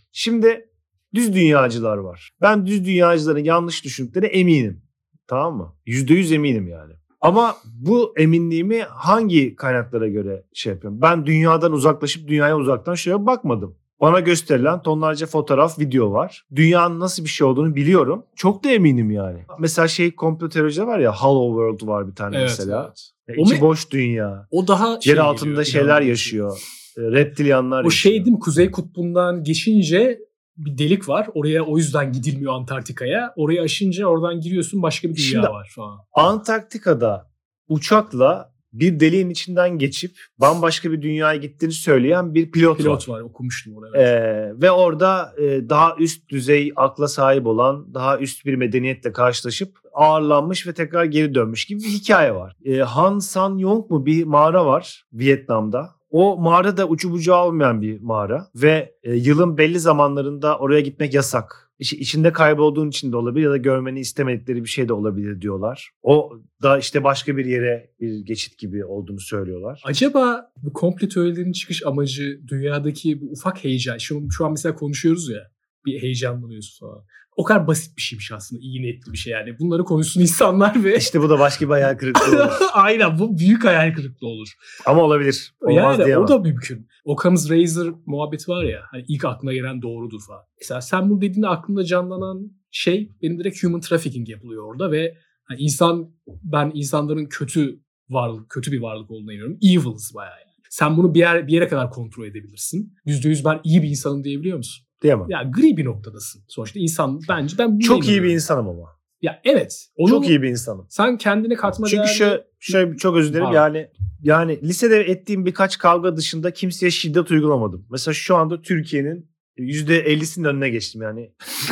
Şimdi düz dünyacılar var. Ben düz dünyacıların yanlış düşündükleri eminim. Tamam mı? %100 eminim yani. Ama bu eminliğimi hangi kaynaklara göre şey yapıyorum? Ben dünyadan uzaklaşıp dünyaya uzaktan şöyle bakmadım. Bana gösterilen tonlarca fotoğraf, video var. Dünyanın nasıl bir şey olduğunu biliyorum. Çok da eminim yani. Mesela komplo teorileri var ya, Hollow World var bir tane mesela. Evet. İçi boş dünya. O daha yer altında şeyler yaşıyor. Reptilyanlar o yaşıyor. değil mi? Kuzey Kutbu'ndan geçince bir delik var. Oraya o yüzden gidilmiyor, Antarktika'ya. Orayı aşınca oradan giriyorsun, başka bir dünya Şimdi, var falan. Antarktika'da uçakla bir deliğin içinden geçip bambaşka bir dünyaya gittiğini söyleyen bir pilot var. Okumuştum onu. Evet. Ve orada daha üst düzey akla sahip olan, daha üst bir medeniyetle karşılaşıp ağırlanmış ve tekrar geri dönmüş gibi bir hikaye var. Han San Yong mu bir mağara var Vietnam'da. O mağara da ucu bucağı olmayan bir mağara ve yılın belli zamanlarında oraya gitmek yasak. İçinde kaybolduğun için de olabilir ya da görmeni istemedikleri bir şey de olabilir diyorlar. O da işte başka bir yere bir geçit gibi olduğunu söylüyorlar. Acaba bu komplo teorilerinin çıkış amacı dünyadaki bu ufak heyecan. Şu an mesela konuşuyoruz ya, bir heyecanlanıyorsun falan. O kadar basit bir şeymiş aslında, iyi niyetli bir şey yani. Bunları konuşsun insanlar ve... İşte bu da başka bir hayal kırıklığı olur. Aynen, bu büyük hayal kırıklığı olur. Ama olabilir. Olmaz yani diyemem. O da mümkün. Occam's Razor muhabbeti var ya, hani ilk aklına gelen doğrudur falan. Mesela sen bunu dediğinde aklımda canlanan şey, benim direkt human trafficking yapılıyor orada ve hani ben insanların kötü bir varlık olduğuna inanıyorum. Evil's bayağı yani. Sen bunu bir yere kadar kontrol edebilirsin. %100 ben iyi bir insanım diyebiliyor musun? Diyemem. Ya gri bir noktadasın. Sonuçta insan, bence ben çok iyi bir insanım ama. Ya evet. Çok iyi bir insanım. Sen kendine katma değerli... Çünkü şöyle çok özür dilerim yani lisede ettiğim birkaç kavga dışında kimseye şiddet uygulamadım. Mesela şu anda Türkiye'nin %50'sinin önüne geçtim yani.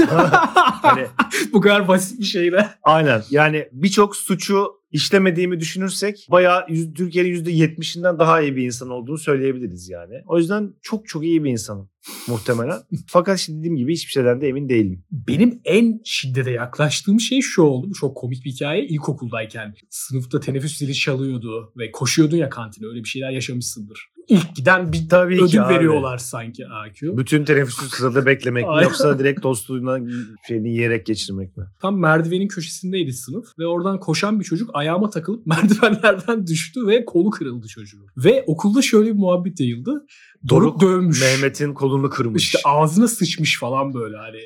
Hani... Bu kadar basit bir şeyle. Aynen. Yani birçok suçu işlemediğimi düşünürsek bayağı Türkiye'nin %70'inden daha iyi bir insan olduğunu söyleyebiliriz yani. O yüzden çok çok iyi bir insanım muhtemelen. Fakat işte dediğim gibi hiçbir şeyden de emin değilim. Benim en şiddete yaklaştığım şey şu oldu. Bu çok komik bir hikaye. İlkokuldayken sınıfta teneffüs zili çalıyordu ve koşuyordun ya kantine. Öyle bir şeyler yaşamışsındır. İlk giden bir tabii ödül veriyorlar sanki AQ. Bütün teneffüsü sırada beklemek mi yoksa direkt tostluğuna şeyini yiyerek geçirmek mi? Tam merdivenin köşesindeydi sınıf ve oradan koşan bir çocuk ayağıma takılıp merdivenlerden düştü ve kolu kırıldı çocuğun. Ve okulda şöyle bir muhabbet yayıldı. Doruk dövmüş. Mehmet'in kolunu kırmış. İşte ağzına sıçmış falan böyle hani.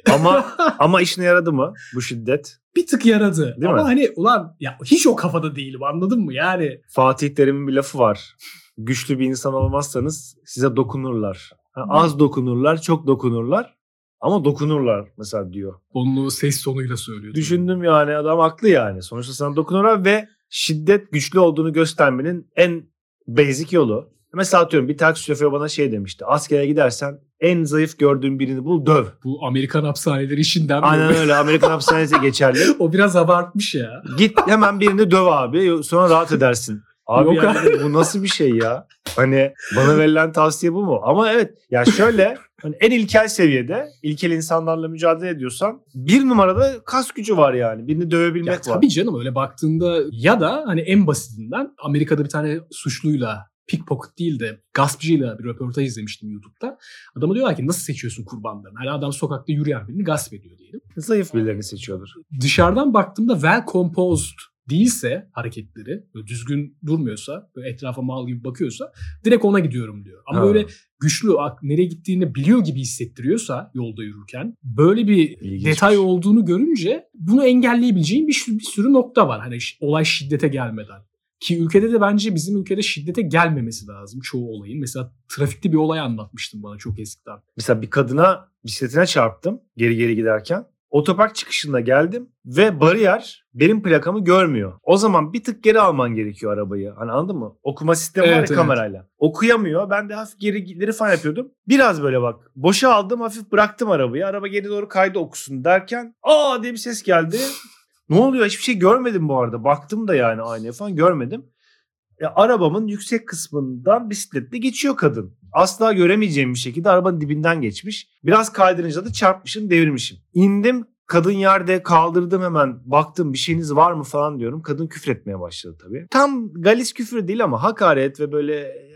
Ama işine yaradı mı bu şiddet? Bir tık yaradı. Değil ama mi? Hani ulan ya hiç o kafada değilim, anladın mı? Yani Fatih Terim'in bir lafı var. Güçlü bir insan olmazsanız size dokunurlar. Az dokunurlar, çok dokunurlar ama dokunurlar mesela diyor. Onu ses tonuyla söylüyor. Düşündüm yani, adam haklı yani. Sonuçta sana dokunurlar ve şiddet güçlü olduğunu göstermenin en basic yolu. Mesela atıyorum bir taksi şoförü bana şey demişti. Askere gidersen en zayıf gördüğün birini bul, döv. Bu Amerikan hapishaneleri işinden mi? Aynen öyle, Amerikan hapishanesi geçerli. O biraz abartmış ya. Git hemen birini döv abi, sonra rahat edersin. Abi yok yani bu nasıl bir şey ya? Hani bana verilen tavsiye bu mu? Ama evet ya şöyle hani en ilkel seviyede ilkel insanlarla mücadele ediyorsan bir numarada kas gücü var yani. Birini dövebilmek ya, var. Tabii canım, öyle baktığında ya da hani en basitinden Amerika'da bir tane suçluyla, pickpocket değil de gaspçıyla bir röportaj izlemiştim YouTube'da. Adama diyorlar ki nasıl seçiyorsun kurbanlarını? Hani adam sokakta yürüyen birini gasp ediyor diyelim. Zayıf birilerini seçiyordur. Dışarıdan baktığımda well composed değilse hareketleri, böyle düzgün durmuyorsa, böyle etrafa mal gibi bakıyorsa direkt ona gidiyorum diyor. Ama böyle güçlü, nereye gittiğini biliyor gibi hissettiriyorsa yolda yürürken, böyle bir detay olduğunu görünce bunu engelleyebileceğin bir sürü nokta var. Hani olay şiddete gelmeden. Ki ülkede de bence bizim ülkede şiddete gelmemesi lazım çoğu olayın. Mesela trafikte bir olay anlatmıştım bana çok eskiden. Mesela bir kadına bisikletine çarptım geri giderken. Otopark çıkışında geldim ve bariyer benim plakamı görmüyor. O zaman bir tık geri alman gerekiyor arabayı. Hani anladın mı? Okuma sistemi var ya kamerayla. Okuyamıyor. Ben de hafif geri falan yapıyordum. Biraz böyle bak. Boşa aldım, hafif bıraktım arabayı. Araba geri doğru kaydı okusun derken aa diye bir ses geldi. Ne oluyor? Hiçbir şey görmedim bu arada. Baktım da yani aynaya falan görmedim. Arabamın yüksek kısmından bisikletle geçiyor kadın. Asla göremeyeceğim bir şekilde arabanın dibinden geçmiş. Biraz kaydırınca da çarpmışım, devirmişim. İndim, kadın yerde, kaldırdım hemen. Baktım bir şeyiniz var mı falan diyorum. Kadın küfretmeye başladı tabii. Tam galis küfür değil ama hakaret ve böyle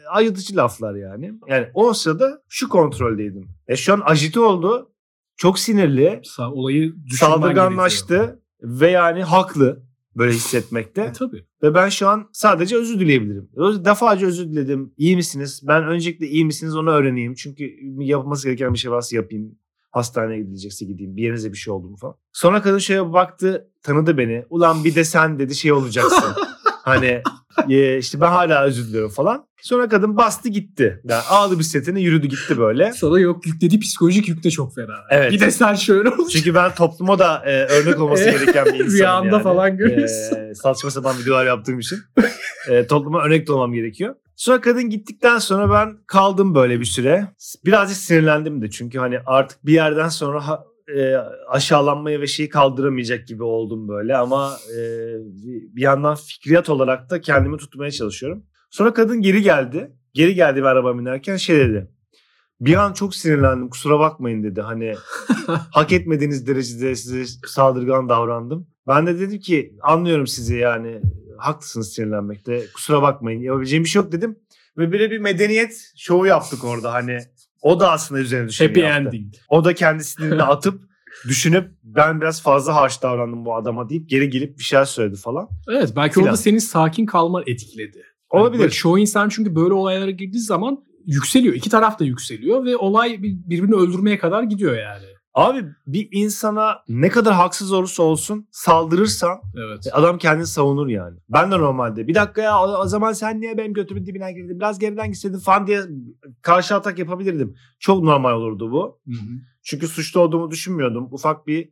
acıtıcı laflar yani. Yani o sırada şu kontroldeydim. Şu an ajite oldu. Çok sinirli. Olayı saldırganlaştı ve yani haklı böyle hissetmekte. Tabii. Ve ben şu an sadece özür dileyebilirim. Defalarca özür diledim. İyi misiniz? Ben öncelikle iyi misiniz onu öğreneyim. Çünkü yapılması gereken bir şey varsa yapayım. Hastaneye gidilecekse gideyim. Bir yerinize bir şey oldu mu falan. Sonra kadın şöyle baktı, tanıdı beni. Ulan bir de sen dedi şey olacaksın. Hani işte ben hala özür diliyorum falan. Sonra kadın bastı gitti. Yani aldı bisikletini yürüdü gitti böyle. Sana yok yüklediği psikolojik yük de çok fena. Evet. Bir de sen şöyle olacaksın. Çünkü ben topluma da örnek olması gereken bir insanım. Rüyanda yani. falan görüyorsun. Saçma sapan videolar yaptığım için. Topluma örnek de olmam gerekiyor. Sonra kadın gittikten sonra ben kaldım böyle bir süre. Birazcık sinirlendim de çünkü hani artık bir yerden sonra aşağılanmayı ve şeyi kaldıramayacak gibi oldum böyle ama bir yandan fikriyat olarak da kendimi tutmaya çalışıyorum. Sonra kadın geri geldi. Geri geldi ve arabama binerken şey dedi. Bir an çok sinirlendim, kusura bakmayın dedi. Hani hak etmediğiniz derecede size saldırgan davrandım. Ben de dedim ki anlıyorum sizi yani haklısınız sinirlenmekte, kusura bakmayın yapabileceğim bir şey yok dedim. Ve böyle bir medeniyet şovu yaptık orada hani. O da aslında üzerine düşeni Happy yaptı. ending. O da kendi sinirini atıp düşünüp ben biraz fazla harç davrandım bu adama deyip geri gelip bir şeyler söyledi falan. Evet belki orada senin sakin kalman etkiledi. Olabilir. Yani çoğu insan çünkü böyle olaylara girdiği zaman yükseliyor. İki taraf da yükseliyor ve olay birbirini öldürmeye kadar gidiyor yani. Abi bir insana ne kadar haksız olursa olsun saldırırsan evet. Adam kendini savunur yani. Ben de normalde bir dakika ya o zaman sen niye benim götümün dibine girdin biraz geriden gitseydin falan diye karşı atak yapabilirdim. Çok normal olurdu bu. Hı-hı. Çünkü suçlu olduğumu düşünmüyordum. Ufak bir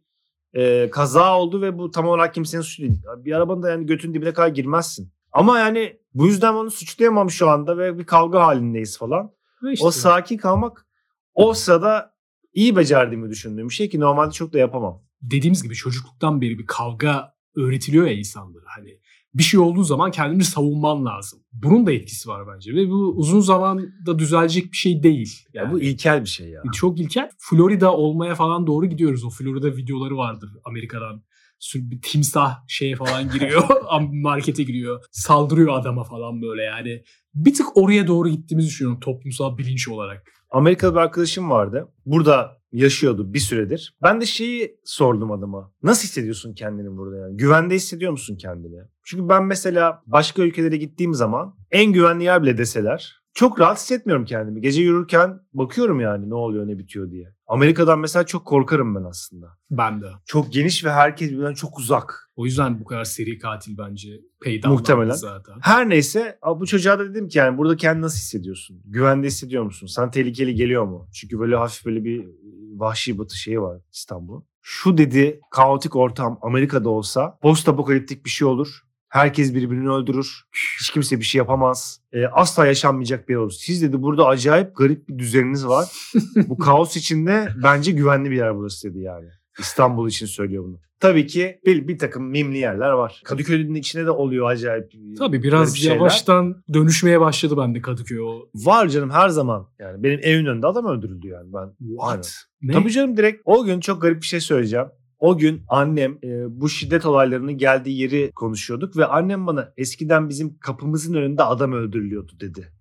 kaza oldu ve bu tam olarak kimsenin suçu değil. Bir arabanın da yani götün dibine kadar girmezsin. Ama yani bu yüzden onu suçlayamam şu anda ve bir kavga halindeyiz falan. İşte. O sakin kalmak o sırada iyi becerdiğimi düşündüğüm şey ki normalde çok da yapamam. Dediğimiz gibi çocukluktan beri bir kavga öğretiliyor ya insanlara. Hani bir şey olduğu zaman kendini savunman lazım. Bunun da etkisi var bence ve bu uzun zamanda düzelecek bir şey değil. Yani bu ilkel bir şey ya. Çok ilkel. Florida olmaya falan doğru gidiyoruz. O Florida videoları vardır Amerika'dan. Bir timsah şeye falan giriyor. Markete giriyor. Saldırıyor adama falan böyle yani. Bir tık oraya doğru gittiğimizi düşünüyorum toplumsal bilinç olarak. Amerikalı bir arkadaşım vardı. Burada yaşıyordu bir süredir. Ben de şeyi sordum adama. Nasıl hissediyorsun kendini burada yani? Güvende hissediyor musun kendini? Çünkü ben mesela başka ülkelere gittiğim zaman en güvenli yer bile deseler çok rahat hissetmiyorum kendimi. Gece yürürken bakıyorum yani ne oluyor ne bitiyor diye. Amerika'dan mesela çok korkarım ben aslında. Ben de. Çok geniş ve herkes birbirinden çok uzak. O yüzden bu kadar seri katil bence. Muhtemelen. Zaten. Her neyse bu çocuğa da dedim ki yani burada kendini nasıl hissediyorsun? Güvende hissediyor musun? Sana tehlikeli geliyor mu? Çünkü böyle hafif böyle bir vahşi batı şeyi var İstanbul'un. Şu dedi kaotik ortam Amerika'da olsa post apokaliptik bir şey olur. Herkes birbirini öldürür. Hiç kimse bir şey yapamaz. Asla yaşanmayacak bir yer olur. Siz dedi burada acayip garip bir düzeniniz var. Bu kaos içinde bence güvenli bir yer burası dedi yani. İstanbul için söylüyor bunu. Tabii ki bir takım mimli yerler var. Kadıköy'ün içinde de oluyor acayip. Tabii biraz yavaştan dönüşmeye başladı bende Kadıköy o. Var canım her zaman. Yani benim evimin önünde adam öldürüldü yani. What? Ne? Tabii canım direkt o gün çok garip bir şey söyleyeceğim. O gün annem bu şiddet olaylarının geldiği yeri konuşuyorduk ve annem bana eskiden bizim kapımızın önünde adam öldürülüyordu dedi.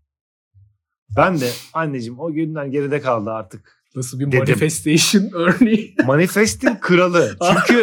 Ben de anneciğim o günden geride kaldı artık. Nasıl bir manifestation örneği? Manifestin kralı.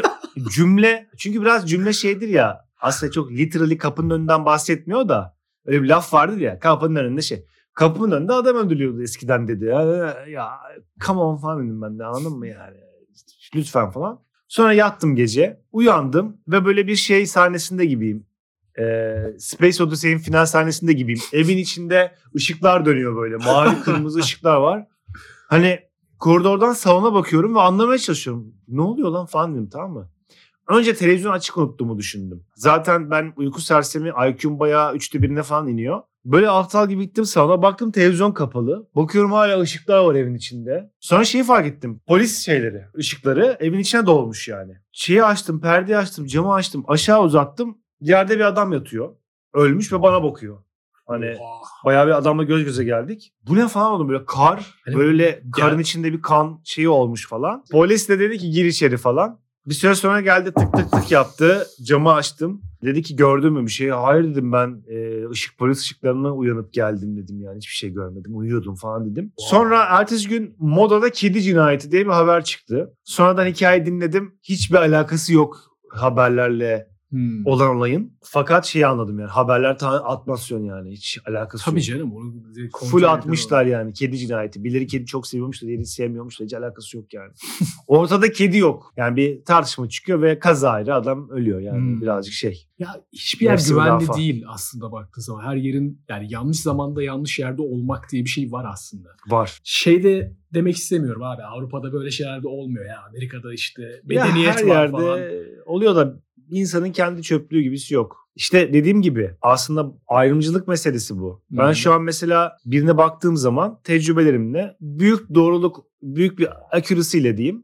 Çünkü biraz cümle şeydir ya. Aslında çok literally kapının önünden bahsetmiyor da. Öyle bir laf vardır ya. Kapının önünde kapının önünde adam öldürülüyordu eskiden dedi. Ya come on falan dedim ben de anladın mı yani. Lütfen falan. Sonra yattım gece. Uyandım ve böyle bir şey sahnesinde gibiyim. Space Odyssey'in final sahnesinde gibiyim. Evin içinde ışıklar dönüyor böyle. Mavi kırmızı ışıklar var. Hani koridordan salona bakıyorum ve anlamaya çalışıyorum. Ne oluyor lan falan dedim tamam mı? Önce televizyon açık unuttuğumu düşündüm. Zaten ben uyku sersemi IQ'm bayağı 1/3'üne falan iniyor. Böyle aptal gibi gittim salona baktım televizyon kapalı. Bakıyorum hala ışıklar var evin içinde. Sonra şeyi fark ettim. Polis ışıkları evin içine dolmuş yani. Şeyi açtım, perdeyi açtım, camı açtım, aşağı uzattım. Yerde bir adam yatıyor. Ölmüş ve bana bakıyor. Hani bayağı bir adamla göz göze geldik. Bu ne falan oldu böyle kar. Hani böyle karın içinde bir kan şeyi olmuş falan. Polis de dedi ki gir içeri falan. Bir süre sonra geldi, tık tık tık yaptı. Camı açtım. Dedi ki gördün mü bir şey? Hayır dedim, ben polis ışıklarına uyanıp geldim dedim, yani hiçbir şey görmedim. Uyuyordum falan dedim. Sonra ertesi gün Moda'da kedi cinayeti diye bir haber çıktı. Sonradan hikayeyi dinledim. Hiçbir alakası yok haberlerle olan olayın. Fakat şeyi anladım, yani haberler atmasyon, yani hiç alakası Tabii yok. canım. Onu Full atmışlar yani kedi cinayeti. Birileri kedi çok seviyormuş da diğeri sevmiyormuş da hiç alakası yok yani. Ortada kedi yok. Yani bir tartışma çıkıyor ve kazayla adam ölüyor yani birazcık şey. Ya hiçbir yer Nefsi güvenli müdafaa. değil aslında baktığın zaman. Her yerin yani yanlış zamanda yanlış yerde olmak diye bir şey var aslında. Var. Şeyde demek istemiyorum abi. Avrupa'da böyle şeyler de olmuyor ya. Amerika'da işte Ya medeniyet her var yerde falan. oluyor da insanın kendi çöplüğü gibisi yok. İşte dediğim gibi aslında ayrımcılık meselesi bu. Ben şu an mesela birine baktığım zaman tecrübelerimle büyük doğruluk, büyük bir accuracy ile diyeyim,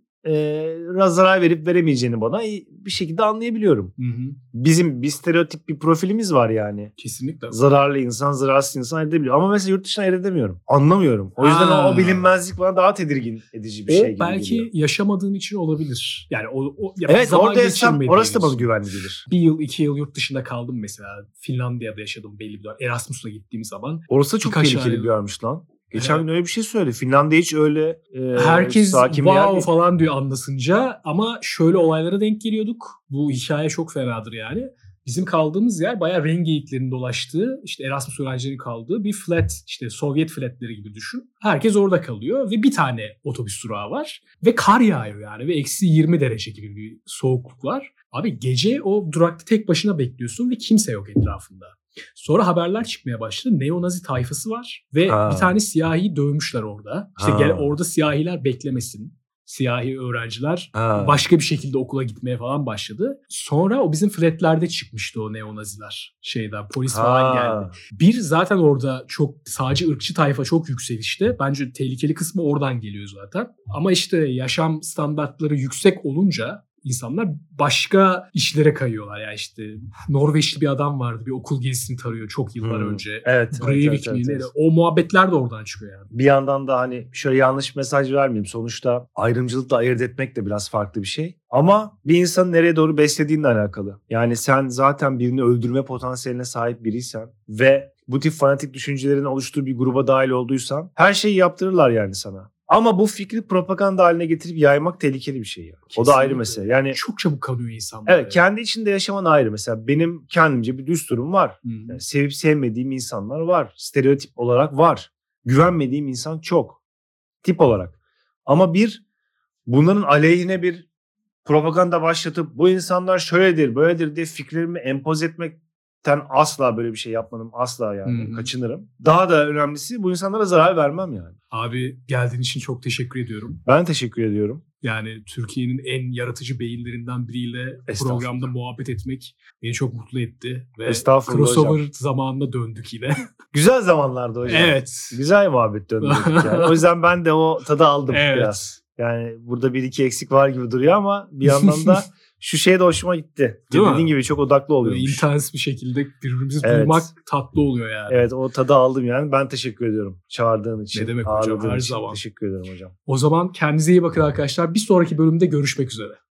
zarar verip veremeyeceğini bana bir şekilde anlayabiliyorum. Bizim bir stereotip bir profilimiz var yani. Kesinlikle. Zararlı insan, zararsız insan ayırt edebiliyor. Ama mesela yurt dışına ayırt edemiyorum. Anlamıyorum. O yüzden o bilinmezlik bana daha tedirgin edici bir şey gibi belki geliyor. yaşamadığın için olabilir. Yani Evet, zaman orada yaşam, orası da bana için. güvenli gelir. Bir yıl, 2 yıl yurt dışında kaldım mesela. Finlandiya'da yaşadım belli bir dönem. Erasmus'la gittiğim zaman. Orası çok Birkaç tehlikeli ay- bir yermiş lan. Geçen gün öyle bir şey söyledi. Finlandiya hiç öyle Herkes sakin bir yer wow değil. falan diyor anlasınca, ama şöyle olaylara denk geliyorduk. Bu hikaye çok fenadır yani. Bizim kaldığımız yer bayağı renk geyiklerinin dolaştığı, işte Erasmus öğrencilerinin kaldığı bir flat, işte Sovyet flatleri gibi düşün. Herkes orada kalıyor ve bir tane otobüs durağı var ve kar yağıyor yani ve eksi 20 derece gibi bir soğukluk var. Abi gece o durakta tek başına bekliyorsun ve kimse yok etrafında. Sonra haberler çıkmaya başladı. Neonazi tayfası var ve bir tane siyahi dövmüşler orada. İşte orada siyahiler beklemesin. Siyahi öğrenciler başka bir şekilde okula gitmeye falan başladı. Sonra o bizim flatlerde çıkmıştı o neonaziler. Polis falan geldi. Bir zaten orada çok sağcı ırkçı tayfa çok yükselişte. Bence tehlikeli kısmı oradan geliyor zaten. Ama işte yaşam standartları yüksek olunca İnsanlar başka işlere kayıyorlar. Yani işte Norveçli bir adam vardı. Bir okul gezisini tarıyor çok yıllar önce. Evet. Breivik evet. O muhabbetler de oradan çıkıyor yani. Bir yandan da hani şöyle yanlış mesaj vermeyeyim. Sonuçta ayrımcılıkla ayırt etmek de biraz farklı bir şey. Ama bir insanı nereye doğru beslediğinle alakalı. Yani sen zaten birini öldürme potansiyeline sahip biriysen ve bu tip fanatik düşüncelerin oluştuğu bir gruba dahil olduysan her şeyi yaptırırlar yani sana. Ama bu fikri propaganda haline getirip yaymak tehlikeli bir şey yani. O da ayrı mesele. Yani çok çabuk kanıyor insanlar. Evet, kendi içinde yaşaman ayrı. Mesela benim kendimce bir düsturum var. Yani sevip sevmediğim insanlar var. Stereotip olarak var. Güvenmediğim insan çok. Tip olarak. Ama bunların aleyhine bir propaganda başlatıp bu insanlar şöyledir, böyledir diye fikirlerimi empoze etmekten asla böyle bir şey yapmadım. Asla yani. Kaçınırım. Daha da önemlisi bu insanlara zarar vermem yani. Abi geldiğin için çok teşekkür ediyorum. Ben teşekkür ediyorum. Yani Türkiye'nin en yaratıcı beyinlerinden biriyle programda muhabbet etmek beni çok mutlu etti. Ve crossover zamanına döndük yine. Güzel zamanlardı hocam. Evet. Güzel muhabbet döndük yani. O yüzden ben de o tadı aldım biraz. Yani burada bir iki eksik var gibi duruyor ama bir yandan da şu şey de hoşuma gitti. Dediğin gibi çok odaklı oluyormuş. İntens bir şekilde birbirimizi duymak tatlı oluyor yani. Evet, o tadı aldım yani. Ben teşekkür ediyorum çağırdığın için. Ne demek hocam, her zaman. Teşekkür ederim hocam. O zaman kendinize iyi bakın arkadaşlar. Bir sonraki bölümde görüşmek üzere.